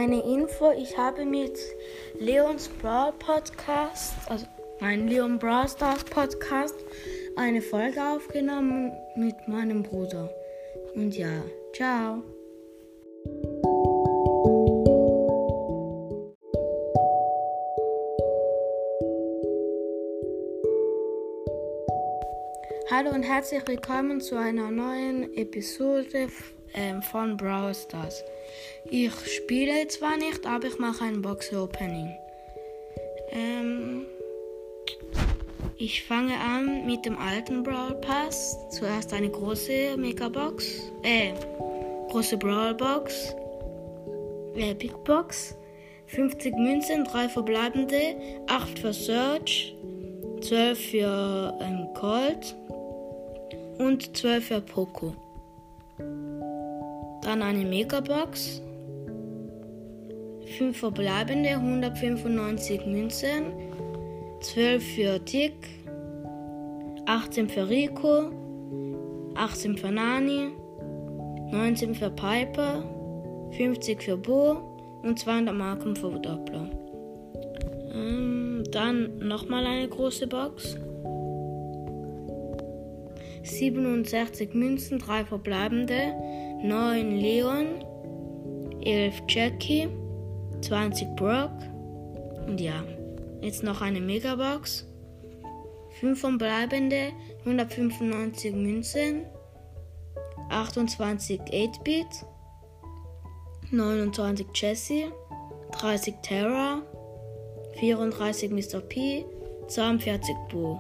Eine Info, ich habe mit Leons Brawl Podcast, also mein Leon Brawl Stars Podcast, eine Folge aufgenommen mit meinem Bruder. Und ja, ciao. Hallo und herzlich willkommen zu einer neuen Episode von Brawl Stars. Ich spiele zwar nicht, aber ich mache ein Box-Opening. Ich fange an mit dem alten Brawl Pass. Zuerst eine große Megabox, große Brawl Box, Big Box, 50 Münzen, 3 verbleibende, 8 für Search, 12 für Colt und 12 für Poco. Dann eine Megabox, 5 verbleibende, 195 Münzen, 12 für Tick, 18 für Rico, 18 für Nani, 19 für Piper, 50 für Bo und 200 Marken für Doppler. Dann nochmal eine große Box. 67 Münzen, 3 verbleibende, 9 Leon, 11 Jackie, 20 Brock und ja, jetzt noch eine Megabox. 5 verbleibende, 195 Münzen, 28 8-Bit, 29 Jessie, 30 Terra, 34 Mr. P, 42 Bo.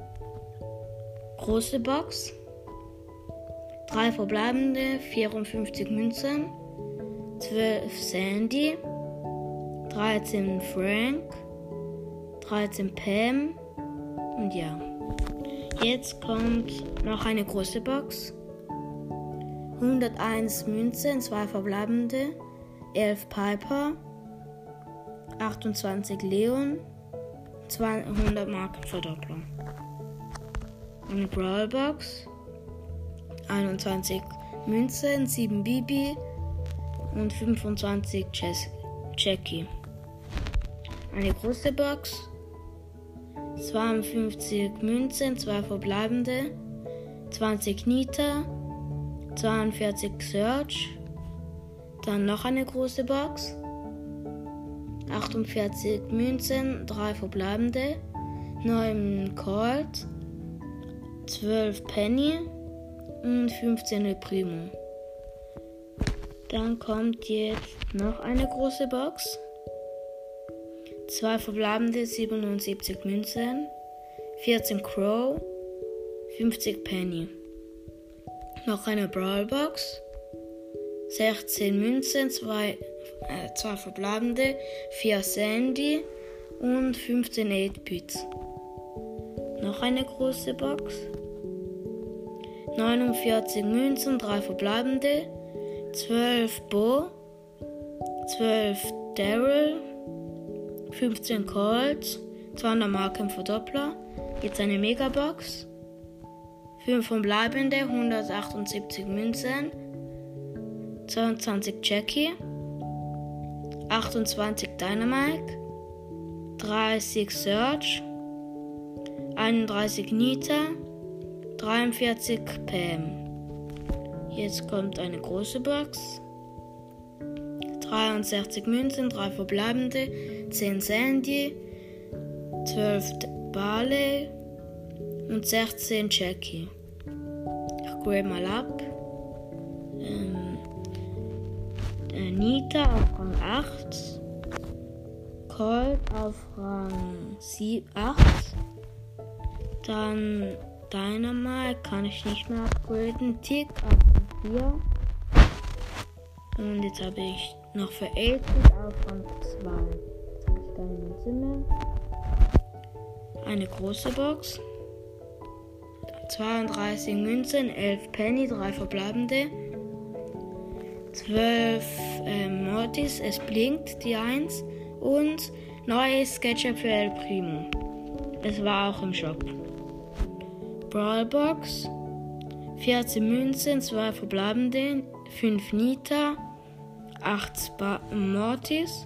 Große Box, 3 verbleibende, 54 Münzen, 12 Sandy, 13 Frank, 13 Pam und ja. Jetzt kommt noch eine große Box, 101 Münzen, 2 verbleibende, 11 Piper, 28 Leon, 200 Marken Verdoppelung. Eine Brawl Box, 21 Münzen, 7 Bibi und 25 Jackie. Eine große Box, 52 Münzen, 2 verbleibende, 20 Nita, 42 Search, dann noch eine große Box, 48 Münzen, 3 verbleibende, 9 Colt, 12 Penny und 15 El Primo. Dann kommt jetzt noch eine große Box, 2 verbleibende, 77 Münzen, 14 Crow, 50 Penny. Noch eine Brawl Box, 16 Münzen, 2 verbleibende, 4 Sandy und 15 8-Bits. Noch eine große Box, 49 Münzen, 3 verbleibende, 12 Bo, 12 Daryl, 15 Colt, 200 Marken Verdoppler. Jetzt eine Megabox, 5 verbleibende, 178 Münzen, 22 Jackie, 28 Dynamite, 30 Search, 31 Nita, 43 Pam. Jetzt kommt eine große Box, 63 Münzen, 3 verbleibende, 10 Sandy, 12 Barley und 16 Jackie. Ich grade mal ab. Nita auf Rang 8, Colt auf Rang 8, dann Dynamite kann ich nicht mehr upgraden, Tick auf Rang 4 und jetzt habe ich noch für 11 auf Rang 2. Jetzt habe ich keine Zimmer. Eine große Box, 32 Münzen, 11 Penny, 3 verbleibende, 12 Mortis, es blinkt die 1 und neues Sketchup für El Primo. Es war auch im Shop. Brawl Box, 14 Münzen, 2 verbleibende, 5 Nita, 8 Mortis.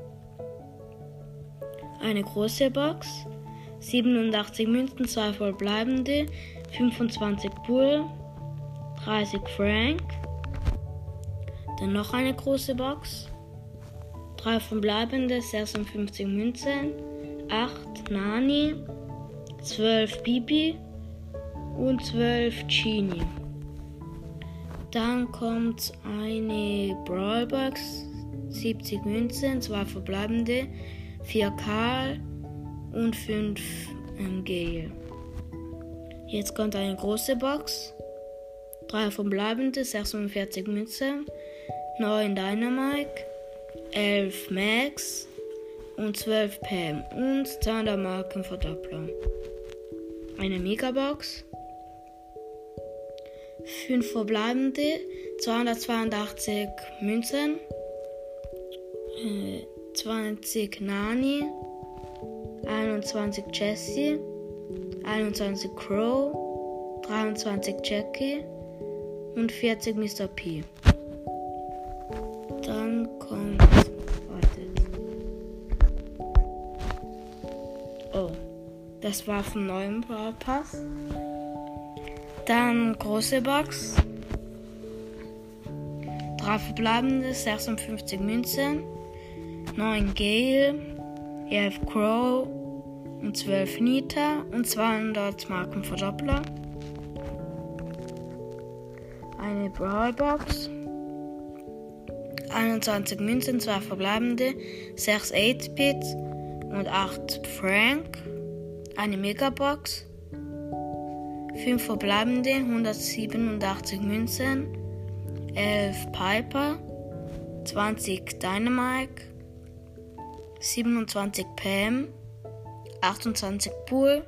Eine große Box. 87 Münzen, 2 verbleibende. 25 Bull. 30 Frank. Dann noch eine große Box. 3 verbleibende, 56 Münzen. 8 Nani. 12 Bibi. Und 12 Genie. Dann kommt eine Brawlbox, 70 Münzen, 2 verbleibende, 4 Karl und 5 Gale. Jetzt kommt eine große Box, 3 verbleibende, 46 Münzen, 9 Dynamite, 11 Max und 12 Pam und 200 Markenverdoppler. Eine Megabox. 5 verbleibende, 282 Münzen, 20 Nani, 21 Jessie, 21 Crow, 23 Jackie und 40 Mr. P. Dann kommt... Oh, das war vom neuen Brawl Pass. Dann große Box. 3 verbleibende, 56 Münzen. 9 Gale, 11 Crow und 12 Nita und 200 Markenverdoppler. Eine Brawlbox. 21 Münzen, 2 verbleibende, 6 8-Bit und 8 Frank. Eine Megabox. 5 verbleibende, 187 Münzen, 11 Piper, 20 Dynamite, 27 Pam, 28 Bull,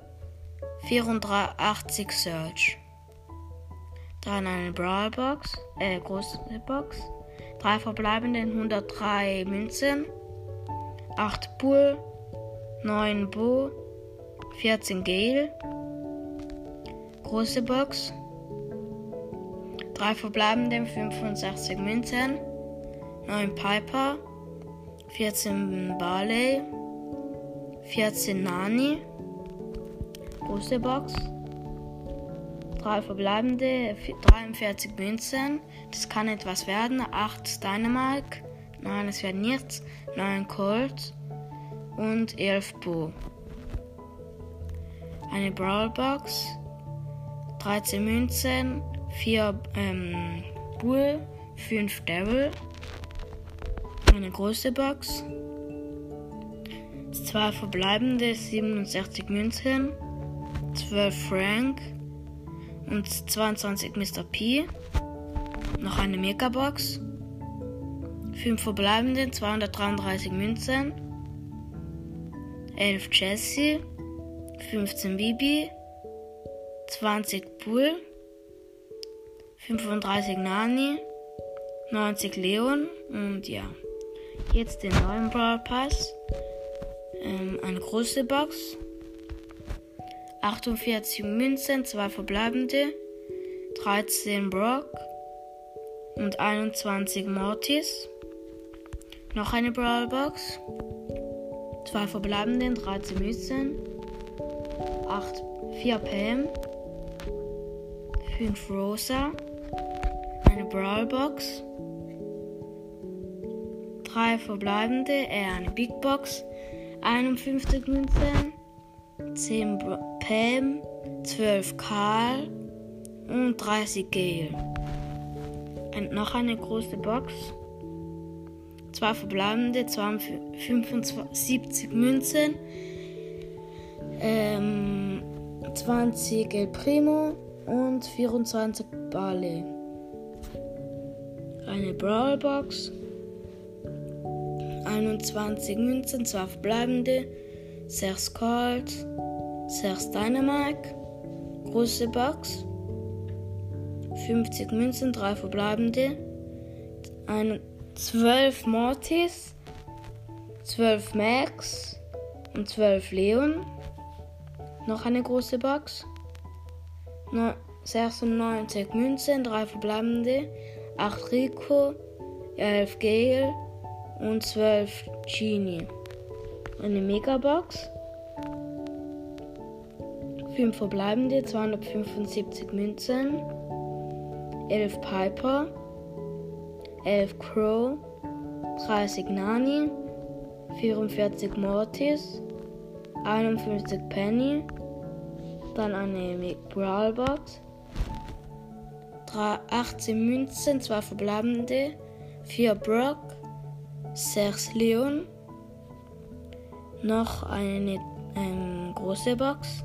84 Search. Dann eine Brawlbox, große Box, 3 verbleibende, 103 Münzen, 8 Bull, 9 Bo, 14 Gale. Große Box. 3 verbleibende, 65 Münzen. 9 Piper. 14 Barley. 14 Nani. Große Box. 3 verbleibende, 43 Münzen. Das kann etwas werden. 8 Dynamite. Nein, es werden nichts. 9 Colt. Und 11 Bo. Eine Brawlbox. 13 Münzen, 4 Bull, 5 Devil, eine große Box, 2 verbleibende, 67 Münzen, 12 Frank und 22 Mr. P, noch eine Megabox, 5 verbleibende, 233 Münzen, 11 Jessie, 15 Bibi, 20 Bull, 35 Nani, 90 Leon und ja. Jetzt den neuen Brawl Pass. Eine große Box. 48 Münzen, 2 verbleibende, 13 Brock und 21 Mortis. Noch eine Brawl Box. 2 verbleibende, 13 Münzen, 4 Pam, 5 Rosa, eine Brawlbox, 3 verbleibende, eine Big Box, 51 Münzen, 10 Pam, 12 Karl und 30 Gale. Und noch eine große Box, 2 verbleibende, 75 Münzen, 20 El Primo und 24 Barley. Eine Brawlbox, 21 Münzen, 2 verbleibende, 6 Colt, 6 Dynamite, große Box, 50 Münzen, 3 verbleibende, 12 Mortis, 12 Max und 12 Leon. Noch eine große Box. 96 Münzen, 3 verbleibende, 8 Rico, 11 Gale und 12 Genie. Eine Megabox. 5 verbleibende, 275 Münzen. 11 Piper. 11 Crow. 30 Nani. 44 Mortis. 51 Penny. Dann eine Brawlbox. 18 Münzen, 2 verbleibende. 4 Brock. 6 Leon. Noch eine große Box.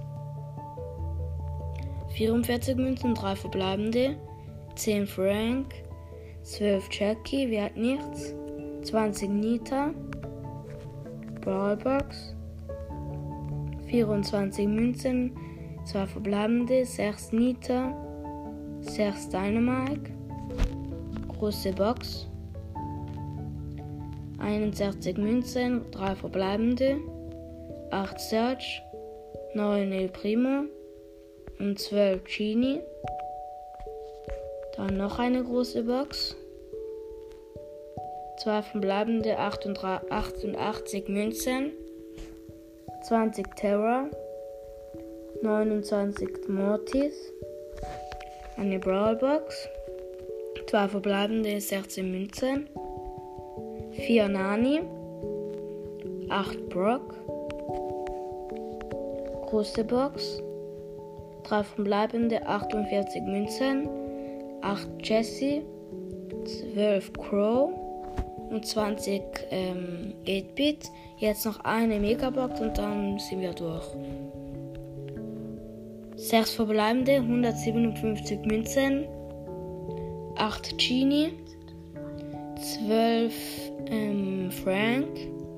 44 Münzen, 3 verbleibende. 10 Frank. 12 Jackie, wer hat nichts. 20 Nita. Brawlbox. 24 Münzen, 2 verbleibende. 6 Nita. 6 Dynamite. Große Box. 61 Münzen, 3 verbleibende. 8 Search. 9 El Primo. Und 12 Genie. Dann noch eine große Box. 2 verbleibende, 88 Münzen. 20 Terra. 29 Mortis. Eine Brawlbox. 2 verbleibende, 16 Münzen. 4 Nani. 8 Brock. Große Box. 3 verbleibende, 48 Münzen. 8 Jessie. 12 Crow. Und 20 8-Bit. Jetzt noch eine Megabox und dann sind wir durch. 6 verbleibende, 157 Münzen. 8 Genie. 12 Frank.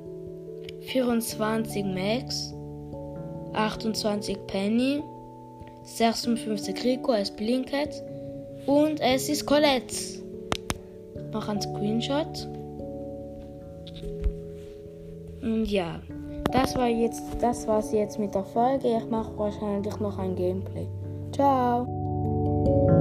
24 Max. 28 Penny. 56 Rico als Blinket. Und es ist Colette. Noch ein Screenshot. Und ja, das war's jetzt mit der Folge. Ich mache wahrscheinlich noch ein Gameplay. Ciao!